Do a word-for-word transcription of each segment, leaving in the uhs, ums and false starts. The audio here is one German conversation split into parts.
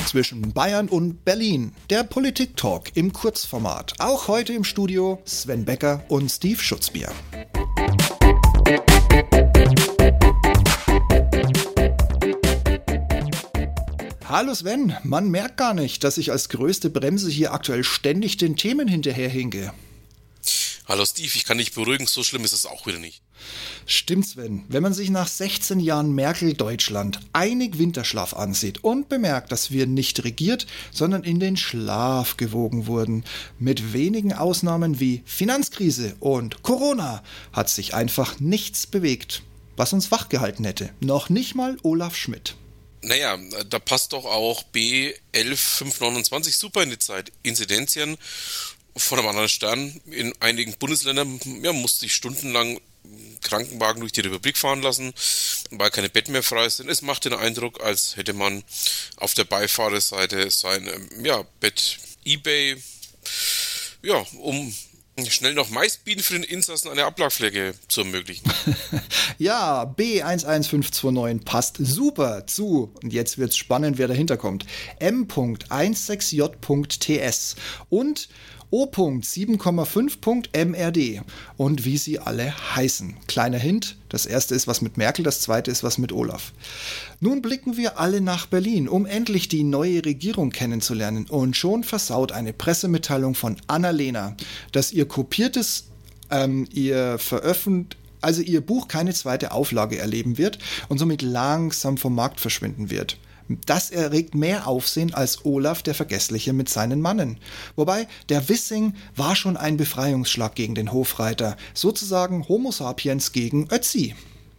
zwischen Bayern und Berlin. Der Politik-Talk im Kurzformat. Auch heute im Studio Sven Becker und Steve Schutzbier. Hallo Sven, man merkt gar nicht, dass ich als größte Bremse hier aktuell ständig den Themen hinterherhinke. Hallo Steve, ich kann dich beruhigen, so schlimm ist es auch wieder nicht. Stimmt Sven, wenn man sich nach sechzehn Jahren Merkel-Deutschland einig Winterschlaf ansieht und bemerkt, dass wir nicht regiert, sondern in den Schlaf gewogen wurden, mit wenigen Ausnahmen wie Finanzkrise und Corona, hat sich einfach nichts bewegt, was uns wachgehalten hätte. Noch nicht mal Olaf Schmidt. Naja, da passt doch auch B elf fünf neunundzwanzig super in die Zeit. Inzidenzien von einem anderen Stern. In einigen Bundesländern ja, musste ich stundenlang Krankenwagen durch die Republik fahren lassen, weil keine Betten mehr frei sind. Es macht den Eindruck, als hätte man auf der Beifahrerseite sein ja, Bett eBay, ja, um schnell noch Maisbienen für den Insassen eine Ablagfläche zu ermöglichen. Ja, B eins eins fünf zwei neun passt super zu, und jetzt wird's spannend, wer dahinter kommt, M sechzehn J T S und O sieben Komma fünf M R D und wie sie alle heißen. Kleiner Hint, das erste ist was mit Merkel, das zweite ist was mit Olaf. Nun blicken wir alle nach Berlin, um endlich die neue Regierung kennenzulernen, und schon versaut eine Pressemitteilung von Annalena, dass ihr kopiertes, ähm, ihr veröffentlicht, also ihr Buch keine zweite Auflage erleben wird und somit langsam vom Markt verschwinden wird. Das erregt mehr Aufsehen als Olaf der Vergessliche mit seinen Mannen. Wobei, der Wissing war schon ein Befreiungsschlag gegen den Hofreiter, sozusagen Homo sapiens gegen Ötzi.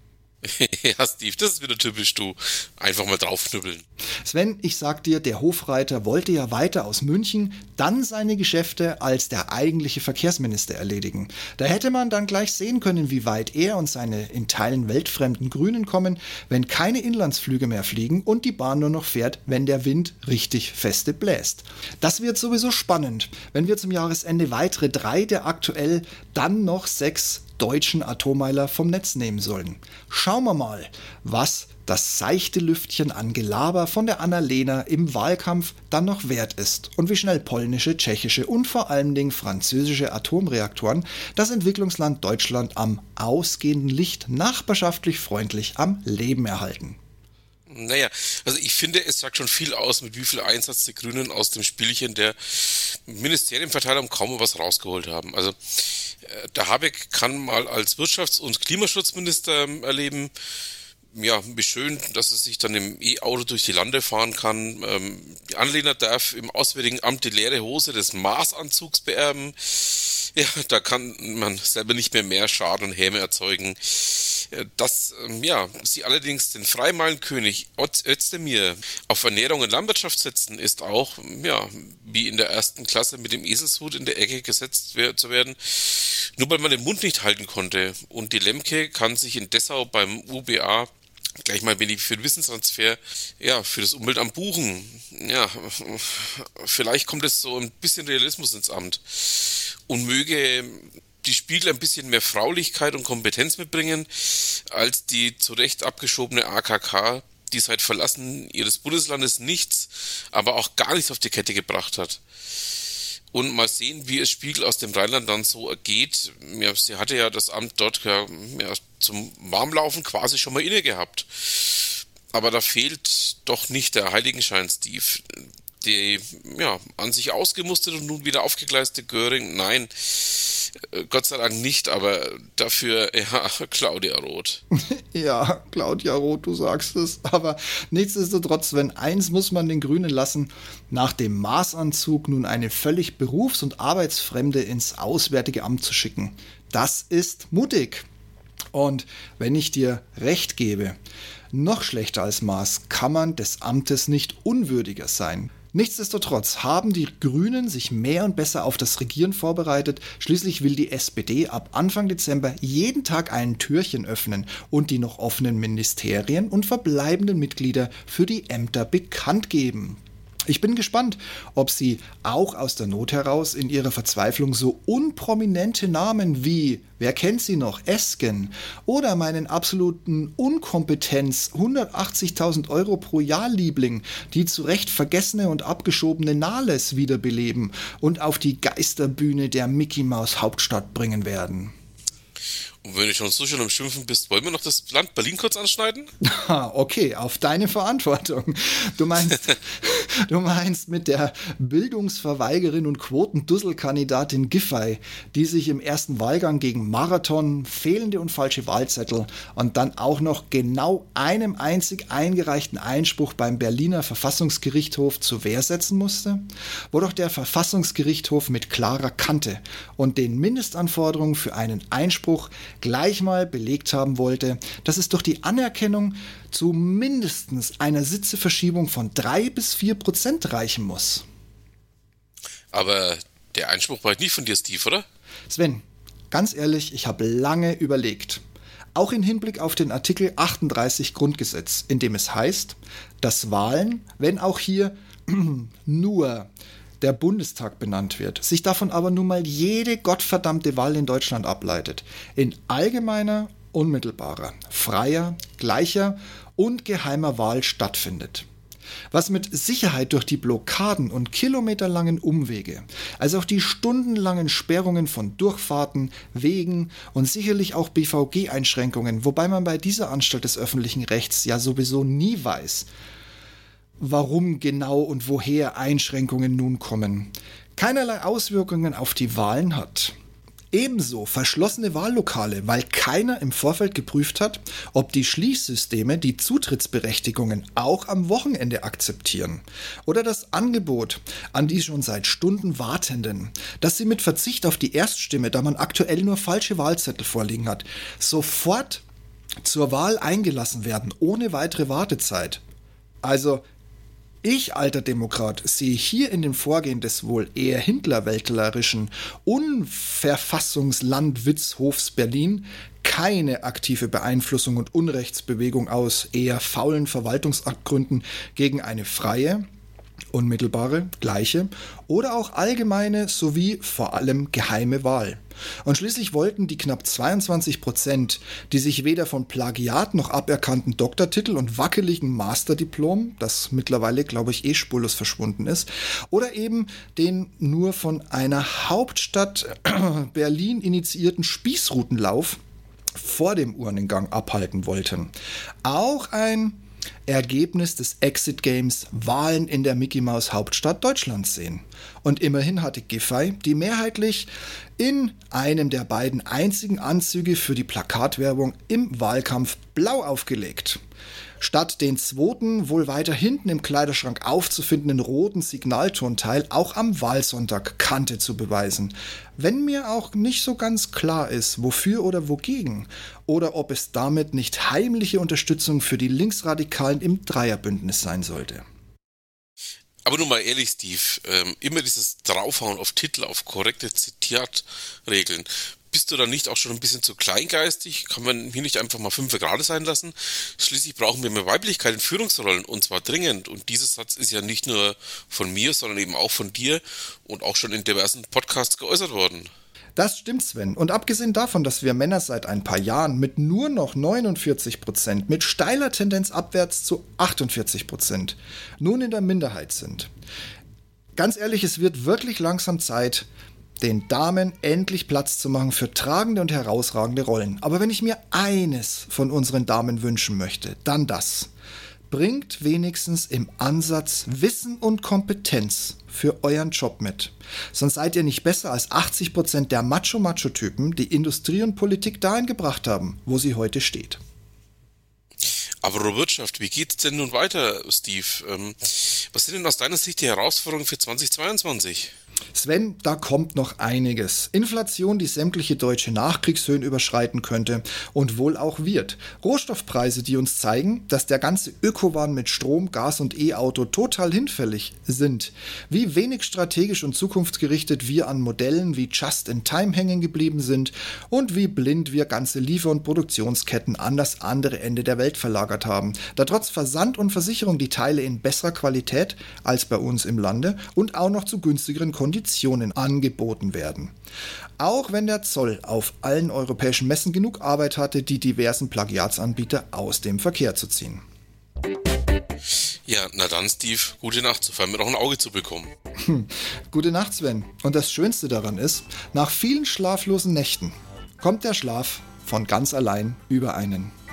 Ja, Steve, das ist wieder typisch du. Einfach mal draufknüppeln. Sven, ich sag dir, der Hofreiter wollte ja weiter aus München dann seine Geschäfte als der eigentliche Verkehrsminister erledigen. Da hätte man dann gleich sehen können, wie weit er und seine in Teilen weltfremden Grünen kommen, wenn keine Inlandsflüge mehr fliegen und die Bahn nur noch fährt, wenn der Wind richtig feste bläst. Das wird sowieso spannend, wenn wir zum Jahresende weitere drei der aktuell dann noch sechs deutschen Atommeiler vom Netz nehmen sollen. Schauen wir mal, was das seichte Lüftchen an Gelaber von der Annalena im Wahlkampf dann noch wert ist und wie schnell polnische, tschechische und vor allen Dingen französische Atomreaktoren das Entwicklungsland Deutschland am ausgehenden Licht nachbarschaftlich freundlich am Leben erhalten. Naja, also ich finde, es sagt schon viel aus, mit wie viel Einsatz die Grünen aus dem Spielchen der Ministerienverteilung kaum was rausgeholt haben. Also der Habeck kann mal als Wirtschafts- und Klimaschutzminister erleben, ja, wie schön, dass er sich dann im E-Auto durch die Lande fahren kann. Ähm, die Annalena darf im Auswärtigen Amt die leere Hose des Maßanzugs beerben. Ja, da kann man selber nicht mehr mehr Schaden und Häme erzeugen. Dass ja, sie allerdings den Freimeilenkönig Özdemir auf Ernährung und Landwirtschaft setzen, ist auch, ja, wie in der ersten Klasse mit dem Eselshut in der Ecke gesetzt zu werden, nur weil man den Mund nicht halten konnte. Und die Lemke kann sich in Dessau beim U B A gleich mal wenig für den Wissenstransfer, ja, für das Umweltamt buchen. Ja, vielleicht kommt es so ein bisschen Realismus ins Amt und möge die Spiegel ein bisschen mehr Fraulichkeit und Kompetenz mitbringen, als die zu Recht abgeschobene A K K, die seit Verlassen ihres Bundeslandes nichts, aber auch gar nichts auf die Kette gebracht hat. Und mal sehen, wie es Spiegel aus dem Rheinland dann so ergeht. Ja, sie hatte ja das Amt dort ja, ja, zum Warmlaufen quasi schon mal inne gehabt. Aber da fehlt doch nicht der Heiligenschein, Steve. Die ja, an sich ausgemusterte und nun wieder aufgegleiste Göring, nein, Gott sei Dank nicht, aber dafür, ja, Claudia Roth. Ja, Claudia Roth, du sagst es, aber nichtsdestotrotz, wenn eins muss man den Grünen lassen, nach dem Maßanzug nun eine völlig berufs- und arbeitsfremde ins Auswärtige Amt zu schicken. Das ist mutig. Und wenn ich dir recht gebe, noch schlechter als Maß kann man des Amtes nicht unwürdiger sein. Nichtsdestotrotz haben die Grünen sich mehr und besser auf das Regieren vorbereitet. Schließlich will die S P D ab Anfang Dezember jeden Tag ein Türchen öffnen und die noch offenen Ministerien und verbleibenden Mitglieder für die Ämter bekannt geben. Ich bin gespannt, ob sie auch aus der Not heraus in ihrer Verzweiflung so unprominente Namen wie, wer kennt sie noch, Esken oder meinen absoluten Unkompetenz hundertachtzigtausend Euro pro Jahr Liebling, die zu Recht vergessene und abgeschobene Nahles wiederbeleben und auf die Geisterbühne der Mickey Maus Hauptstadt bringen werden. Und wenn du schon so schön am Schimpfen bist, wollen wir noch das Land Berlin kurz anschneiden? Okay, auf deine Verantwortung. Du meinst, du meinst mit der Bildungsverweigerin und Quotendusselkandidatin Giffey, die sich im ersten Wahlgang gegen Marathon, fehlende und falsche Wahlzettel und dann auch noch genau einem einzig eingereichten Einspruch beim Berliner Verfassungsgerichtshof zur Wehr setzen musste? Wo doch der Verfassungsgerichtshof mit klarer Kante und den Mindestanforderungen für einen Einspruch gleich mal belegt haben wollte, dass es durch die Anerkennung zu mindestens einer Sitzeverschiebung von drei bis vier Prozent reichen muss. Aber der Einspruch war nicht von dir, Steve, oder? Sven, ganz ehrlich, ich habe lange überlegt. Auch im Hinblick auf den Artikel achtunddreißig Grundgesetz, in dem es heißt, dass Wahlen, wenn auch hier nur der Bundestag benannt wird, sich davon aber nun mal jede gottverdammte Wahl in Deutschland ableitet, in allgemeiner, unmittelbarer, freier, gleicher und geheimer Wahl stattfindet. Was mit Sicherheit durch die Blockaden und kilometerlangen Umwege, als auch die stundenlangen Sperrungen von Durchfahrten, Wegen und sicherlich auch B V G-Einschränkungen, wobei man bei dieser Anstalt des öffentlichen Rechts ja sowieso nie weiß, warum genau und woher Einschränkungen nun kommen, keinerlei Auswirkungen auf die Wahlen hat. Ebenso verschlossene Wahllokale, weil keiner im Vorfeld geprüft hat, ob die Schließsysteme die Zutrittsberechtigungen auch am Wochenende akzeptieren. Oder das Angebot an die schon seit Stunden Wartenden, dass sie mit Verzicht auf die Erststimme, da man aktuell nur falsche Wahlzettel vorliegen hat, sofort zur Wahl eingelassen werden, ohne weitere Wartezeit. Also, ich, alter Demokrat, sehe hier in dem Vorgehen des wohl eher hindlerweltlerischen Unverfassungslandwitzhofs Berlin keine aktive Beeinflussung und Unrechtsbewegung aus eher faulen Verwaltungsabgründen gegen eine freie, unmittelbare, gleiche oder auch allgemeine sowie vor allem geheime Wahl. Und schließlich wollten die knapp zweiundzwanzig Prozent, die sich weder von Plagiat noch aberkannten Doktortitel und wackeligen Masterdiplom, das mittlerweile, glaube ich, eh spurlos verschwunden ist, oder eben den nur von einer Hauptstadt Berlin initiierten Spießrutenlauf vor dem Urnengang abhalten wollten. Auch ein Ergebnis des Exit Games Wahlen in der Mickey Maus Hauptstadt Deutschlands sehen. Und immerhin hatte Giffey, die mehrheitlich in einem der beiden einzigen Anzüge für die Plakatwerbung im Wahlkampf blau aufgelegt. Statt den zweiten, wohl weiter hinten im Kleiderschrank aufzufindenden roten Signaltonteil auch am Wahlsonntag Kante zu beweisen. Wenn mir auch nicht so ganz klar ist, wofür oder wogegen, oder ob es damit nicht heimliche Unterstützung für die Linksradikalen im Dreierbündnis sein sollte. Aber nun mal ehrlich, Steve, ähm, immer dieses Draufhauen auf Titel, auf korrekte Zitatregeln. Bist du da nicht auch schon ein bisschen zu kleingeistig? Kann man hier nicht einfach mal fünf Grad sein lassen? Schließlich brauchen wir mehr Weiblichkeit in Führungsrollen und zwar dringend. Und dieser Satz ist ja nicht nur von mir, sondern eben auch von dir und auch schon in diversen Podcasts geäußert worden. Das stimmt, Sven. Und abgesehen davon, dass wir Männer seit ein paar Jahren mit nur noch neunundvierzig Prozent, mit steiler Tendenz abwärts zu achtundvierzig Prozent, nun in der Minderheit sind. Ganz ehrlich, es wird wirklich langsam Zeit, den Damen endlich Platz zu machen für tragende und herausragende Rollen. Aber wenn ich mir eines von unseren Damen wünschen möchte, dann das. Bringt wenigstens im Ansatz Wissen und Kompetenz für euren Job mit. Sonst seid ihr nicht besser als achtzig Prozent der Macho-Macho-Typen, die Industrie und Politik dahin gebracht haben, wo sie heute steht. Aber Wirtschaft, wie geht's denn nun weiter, Steve? Ähm, was sind denn aus deiner Sicht die Herausforderungen für zwanzig zweiundzwanzig? Sven, da kommt noch einiges. Inflation, die sämtliche deutsche Nachkriegshöhen überschreiten könnte und wohl auch wird. Rohstoffpreise, die uns zeigen, dass der ganze Ökowahn mit Strom, Gas und E-Auto total hinfällig sind. Wie wenig strategisch und zukunftsgerichtet wir an Modellen wie Just-in-Time hängen geblieben sind und wie blind wir ganze Liefer- und Produktionsketten an das andere Ende der Welt verlagert haben, da trotz Versand und Versicherung die Teile in besserer Qualität als bei uns im Lande und auch noch zu günstigeren Konditionen angeboten werden. Auch wenn der Zoll auf allen europäischen Messen genug Arbeit hatte, die diversen Plagiatsanbieter aus dem Verkehr zu ziehen. Ja, na dann, Steve, gute Nacht, so fallen mir noch ein Auge zu bekommen. Hm. Gute Nacht, Sven. Und das Schönste daran ist, nach vielen schlaflosen Nächten kommt der Schlaf von ganz allein über einen.